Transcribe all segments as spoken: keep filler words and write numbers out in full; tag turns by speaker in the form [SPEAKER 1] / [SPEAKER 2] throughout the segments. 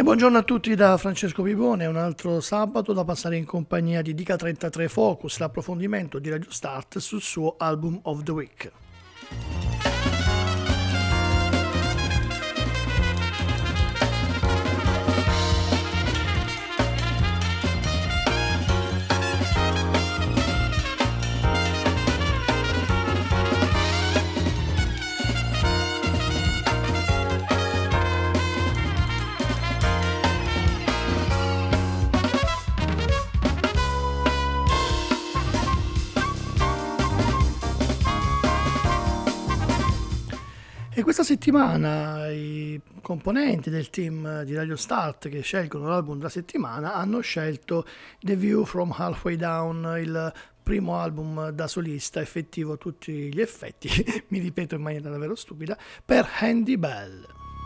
[SPEAKER 1] E buongiorno a tutti da Francesco Vivone, un altro sabato da passare in compagnia di Dica trentatré Focus, l'approfondimento di Radio Start sul suo Album of the Week. E questa settimana i componenti del team di Radio Start che scelgono l'album della settimana hanno scelto The View from Halfway Down, il primo album da solista effettivo a tutti gli effetti, mi ripeto in maniera davvero stupida, per Andy Bell.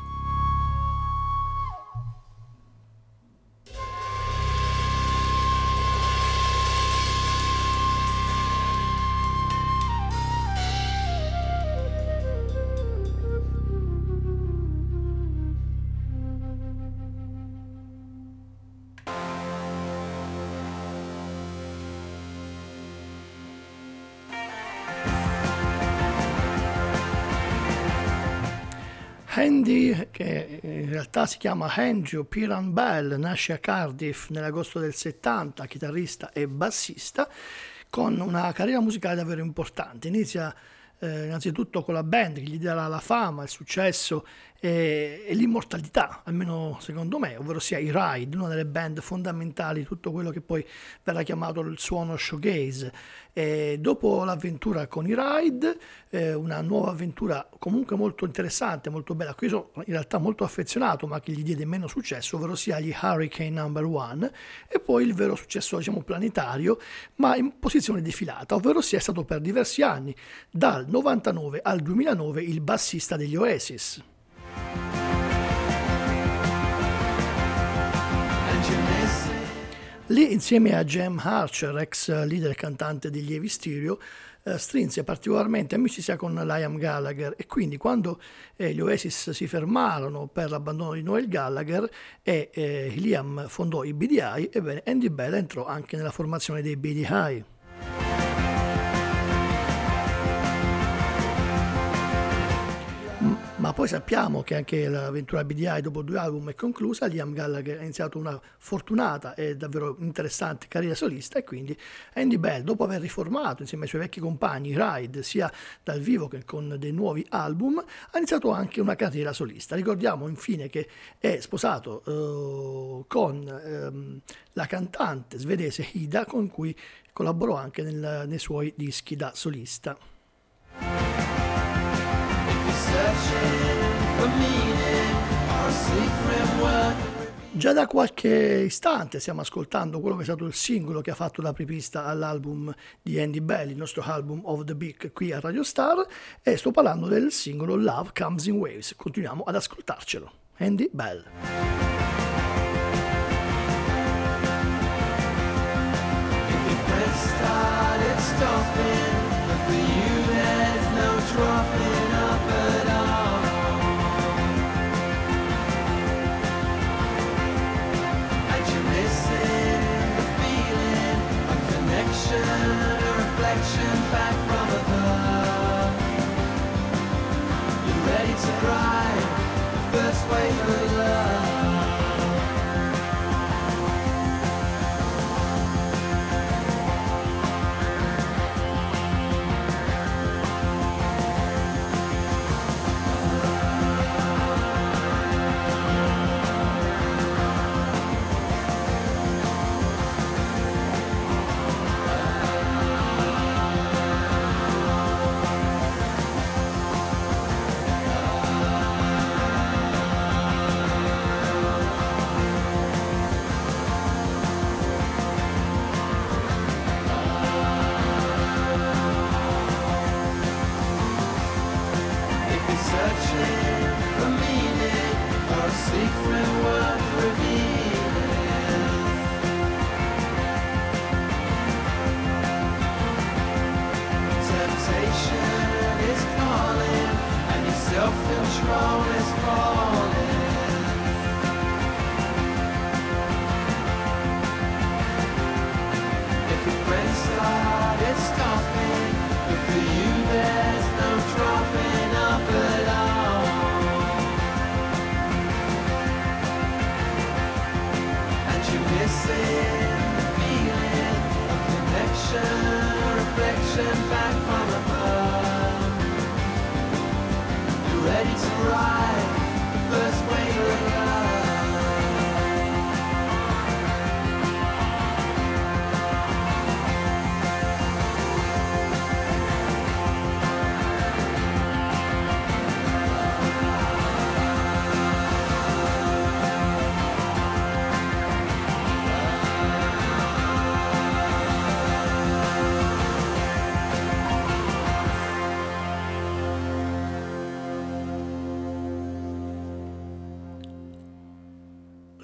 [SPEAKER 1] Andy, che in realtà si chiama Andrew Piran Bell, nasce a Cardiff nell'agosto del settanta, chitarrista e bassista, con una carriera musicale davvero importante. Inizia eh, innanzitutto con la band che gli darà la fama, il successo e, e l'immortalità, almeno secondo me, ovvero sia i Ride, una delle band fondamentali di tutto quello che poi verrà chiamato il suono shoegaze. E dopo l'avventura con i Ride, eh, una nuova avventura comunque molto interessante, molto bella, a cui sono in realtà molto affezionato, ma che gli diede meno successo, ovvero sia gli Hurricane Number One, e poi il vero successo, diciamo, planetario, ma in posizione defilata, ovvero sia stato per diversi anni, dal novantanove al duemilanove, il bassista degli Oasis. Lì, insieme a Jem Archer, ex leader e cantante degli Heavy Stereo, eh, strinse particolarmente amicizia con Liam Gallagher, e quindi quando eh, gli Oasis si fermarono per l'abbandono di Noel Gallagher e eh, Liam fondò i B D I, ebbene Andy Bell entrò anche nella formazione dei B D I. Ma poi sappiamo che anche l'avventura B D I dopo due album è conclusa. Liam Gallagher ha iniziato una fortunata e davvero interessante carriera solista, e quindi Andy Bell, dopo aver riformato insieme ai suoi vecchi compagni Ride sia dal vivo che con dei nuovi album, ha iniziato anche una carriera solista. Ricordiamo infine che è sposato uh, con um, la cantante svedese Ida, con cui collaborò anche nel, nei suoi dischi da solista. Già da qualche istante stiamo ascoltando quello che è stato il singolo che ha fatto da apripista all'album di Andy Bell, il nostro album of the Week qui a Radio Star, e sto parlando del singolo Love Comes in Waves. Continuiamo ad ascoltarcelo. Andy Bell.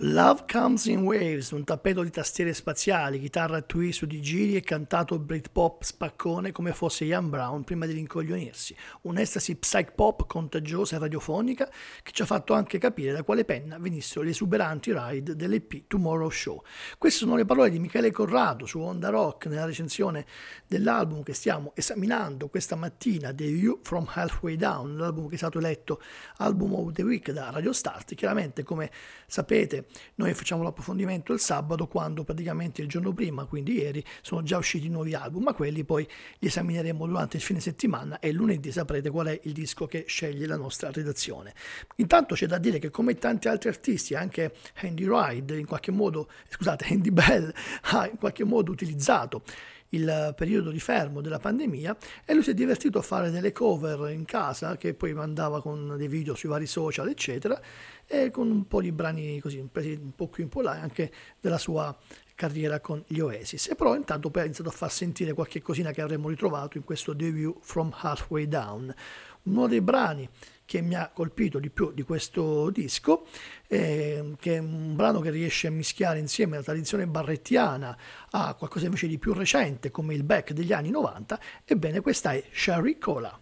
[SPEAKER 1] Love Comes in Waves, un tappeto di tastiere spaziali, chitarra tweet su di giri e cantato Britpop spaccone come fosse Ian Brown prima di rincoglionirsi. Un'estasi psych pop contagiosa e radiofonica che ci ha fatto anche capire da quale penna venissero le esuberanti ride dell'E P Tomorrow Show. Queste sono le parole di Michele Corrado su Onda Rock nella recensione dell'album che stiamo esaminando questa mattina, The View from Halfway Down, l'album che è stato eletto Album of the Week da Radio Start. Chiaramente, come sapete, noi facciamo l'approfondimento il sabato, quando praticamente il giorno prima, quindi ieri, sono già usciti nuovi album, ma quelli poi li esamineremo durante il fine settimana e lunedì saprete qual è il disco che sceglie la nostra redazione. Intanto c'è da dire che, come tanti altri artisti, anche Andy Ride in qualche modo, scusate, Andy Bell ha in qualche modo utilizzato il periodo di fermo della pandemia e lui si è divertito a fare delle cover in casa che poi mandava con dei video sui vari social eccetera, e con un po' di brani così presi un po' qui un po' là anche della sua carriera con gli Oasis. E però intanto poi ha iniziato a far sentire qualche cosina che avremmo ritrovato in questo The View from Halfway Down, uno dei brani che mi ha colpito di più di questo disco, eh, che è un brano che riesce a mischiare insieme la tradizione barrettiana a qualcosa invece di più recente come il Beck degli anni novanta. Ebbene, questa è Sherry Cola.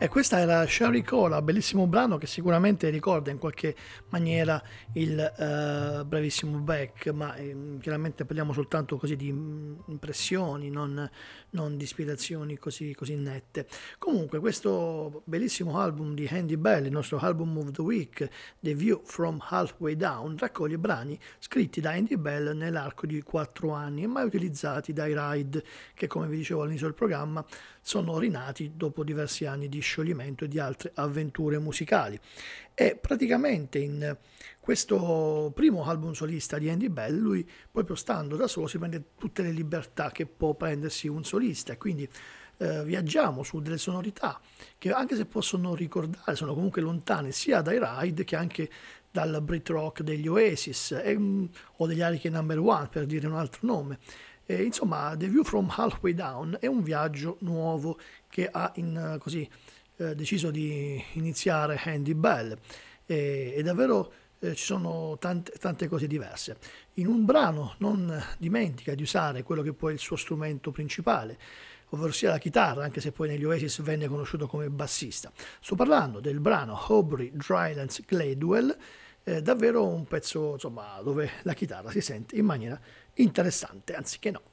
[SPEAKER 1] E questa era Sherry Cola, bellissimo brano che sicuramente ricorda in qualche maniera il eh, bravissimo Beck, ma ehm, chiaramente parliamo soltanto così di mm, impressioni, non, non di ispirazioni così, così nette. Comunque questo bellissimo album di Andy Bell, il nostro album of the week, The View from Halfway Down, raccoglie brani scritti da Andy Bell nell'arco di quattro anni e mai utilizzati dai Ride, che come vi dicevo all'inizio del programma sono rinati dopo diversi anni di scioglimento e di altre avventure musicali. E praticamente in questo primo album solista di Andy Bell, lui proprio stando da solo si prende tutte le libertà che può prendersi un solista, e quindi eh, viaggiamo su delle sonorità che, anche se possono ricordare, sono comunque lontane sia dai Ride che anche dal Brit Rock degli Oasis e, mm, o degli Hurricane Number One, per dire un altro nome. E, insomma, The View from Halfway Down è un viaggio nuovo che ha in, così, eh, deciso di iniziare Andy Bell, e, e davvero eh, ci sono tante, tante cose diverse. In un brano non dimentica di usare quello che poi è il suo strumento principale, ovvero sia la chitarra, anche se poi negli Oasis venne conosciuto come bassista. Sto parlando del brano Aubrey Drylands Gladwell, eh, davvero un pezzo, insomma, dove la chitarra si sente in maniera interessante, anziché no.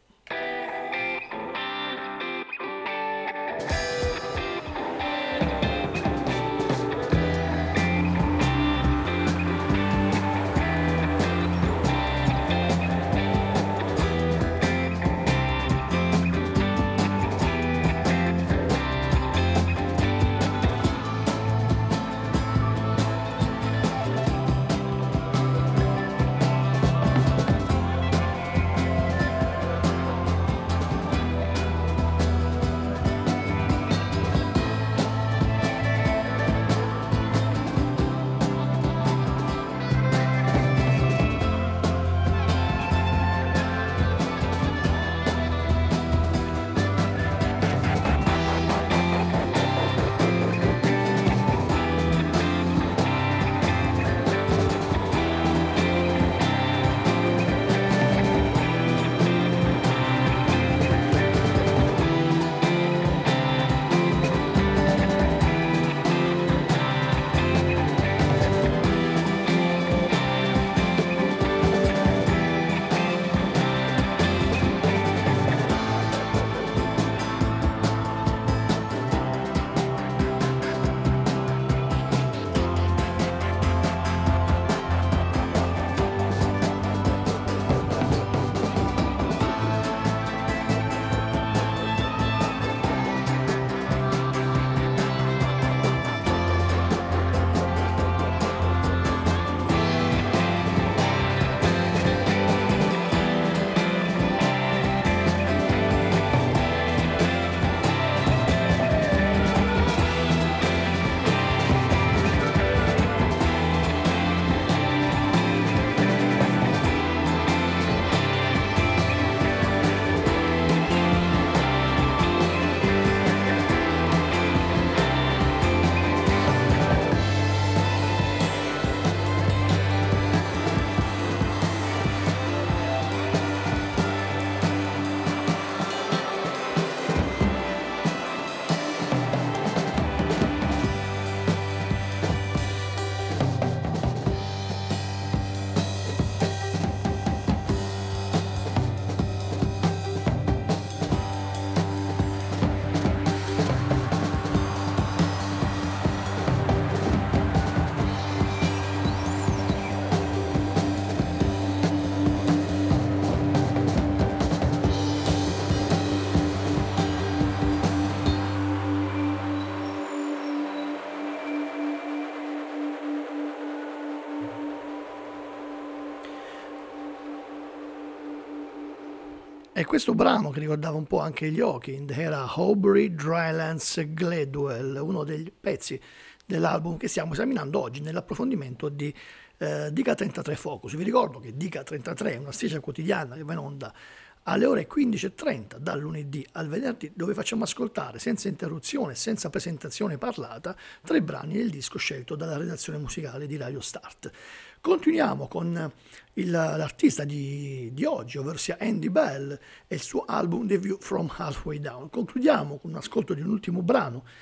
[SPEAKER 1] E questo brano, che ricordava un po' anche gli Hawking, era Aubrey Drylands Gladwell, uno dei pezzi dell'album che stiamo esaminando oggi nell'approfondimento di eh, Diga trentatré Focus. Vi ricordo che Diga trentatré è una striscia quotidiana che va in onda alle ore quindici e trenta dal lunedì al venerdì, dove facciamo ascoltare senza interruzione, senza presentazione parlata, tre brani del disco scelto dalla redazione musicale di Radio Start. Continuiamo con il, l'artista di, di oggi, ovvero sia Andy Bell e il suo album The View from Halfway Down. Concludiamo con un ascolto di un ultimo brano che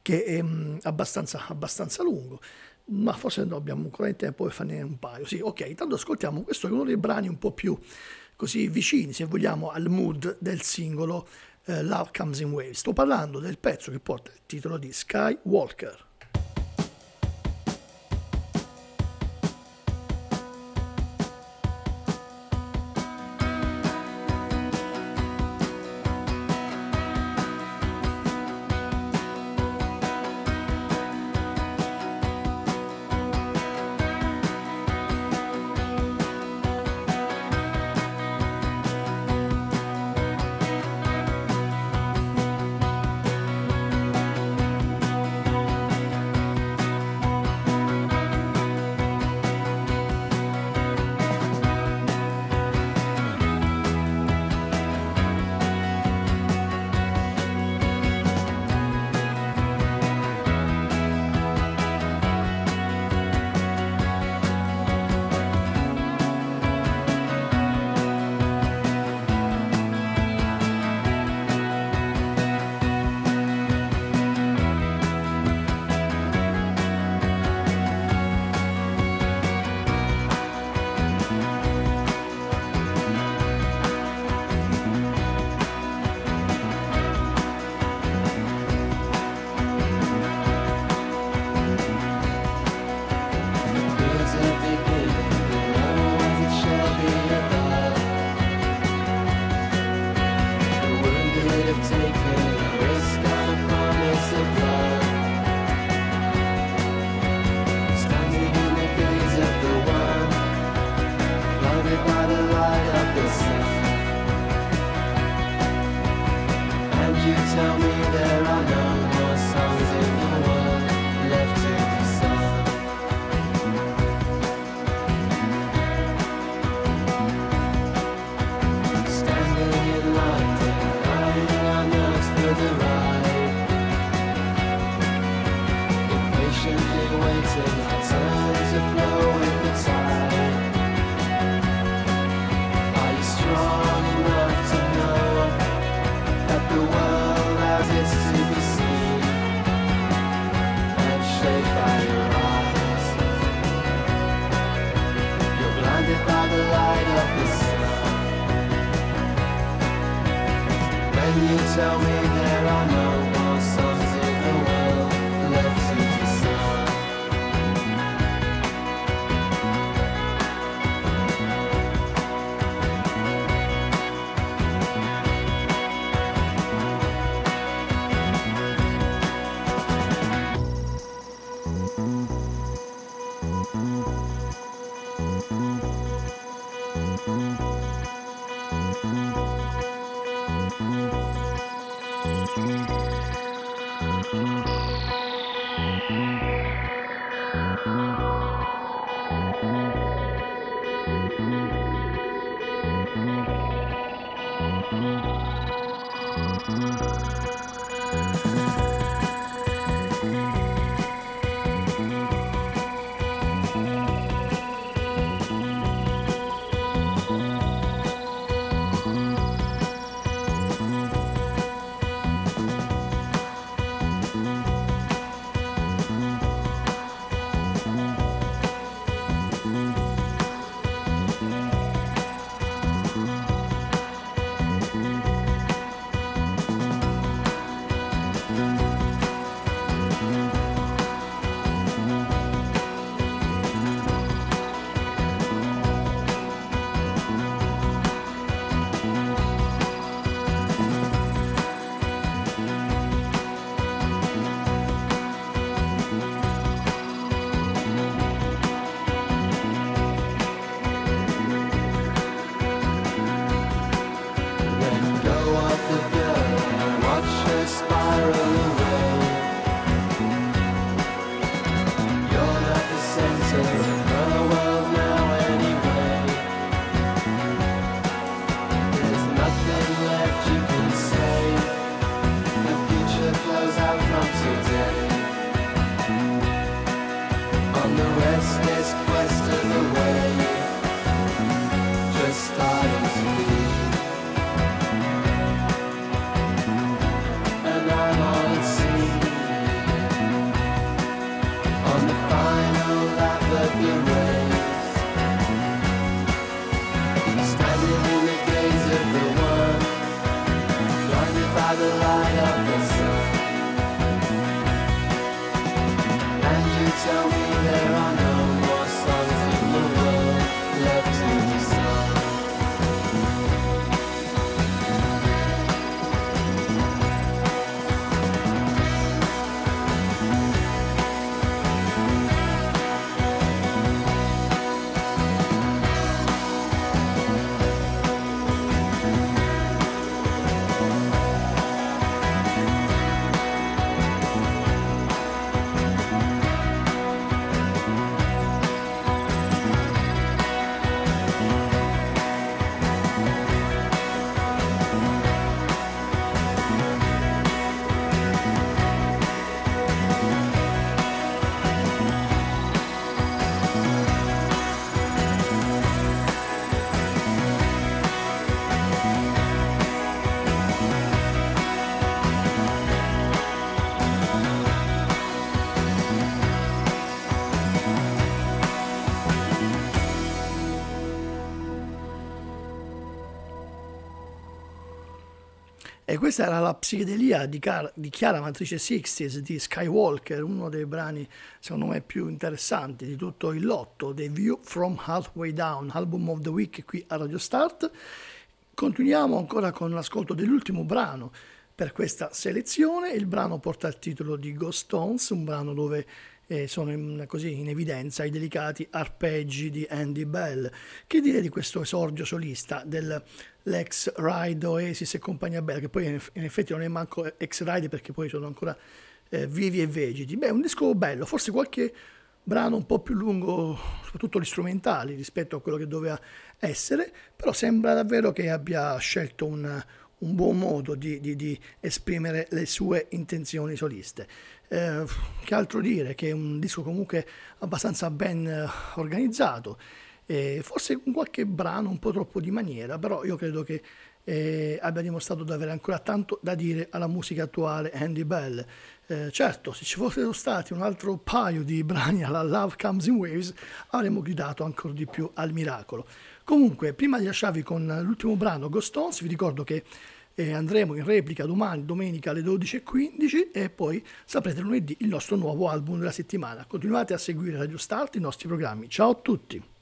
[SPEAKER 1] che è mh, abbastanza, abbastanza lungo, ma forse no, abbiamo ancora in tempo per farne un paio. Sì, ok, intanto ascoltiamo questo che è uno dei brani un po' più così vicini, se vogliamo, al mood del singolo eh, Love Comes in Waves. Sto parlando del pezzo che porta il titolo di Skywalker.
[SPEAKER 2] the waves. Standing in the gaze of the one, blinded by the light of the sun. And you tell me there are no more songs in the world left to be sung.
[SPEAKER 1] E questa era la psichedelia di, Car- di Chiara Matrice sessanta di Skywalker, uno dei brani secondo me più interessanti di tutto il lotto, The View from Halfway Down, album of the week qui a Radio Start. Continuiamo ancora con l'ascolto dell'ultimo brano per questa selezione. Il brano porta il titolo di Ghost Stones, un brano dove eh, sono in, così in evidenza i delicati arpeggi di Andy Bell. Che dire di questo esordio solista dell'ex Ride, Oasis e compagnia bella, che poi in, in effetti non è manco ex Ride perché poi sono ancora eh, vivi e vegeti. Beh, un disco bello, forse qualche brano un po' più lungo, soprattutto gli strumentali rispetto a quello che doveva essere, però sembra davvero che abbia scelto un, un buon modo di, di, di esprimere le sue intenzioni soliste. Eh, che altro dire, che è un disco comunque abbastanza ben eh, organizzato, eh, forse con qualche brano un po' troppo di maniera, però io credo che eh, abbia dimostrato di avere ancora tanto da dire alla musica attuale Andy Bell. Eh, certo, se ci fossero stati un altro paio di brani alla Love Comes in Waves avremmo gridato ancora di più al miracolo. Comunque, prima di lasciarvi con l'ultimo brano Ghost Stones, vi ricordo che eh, andremo in replica domani, domenica alle dodici e quindici, e poi saprete lunedì il nostro nuovo album della settimana. Continuate a seguire Radio Start, i nostri programmi. Ciao a tutti!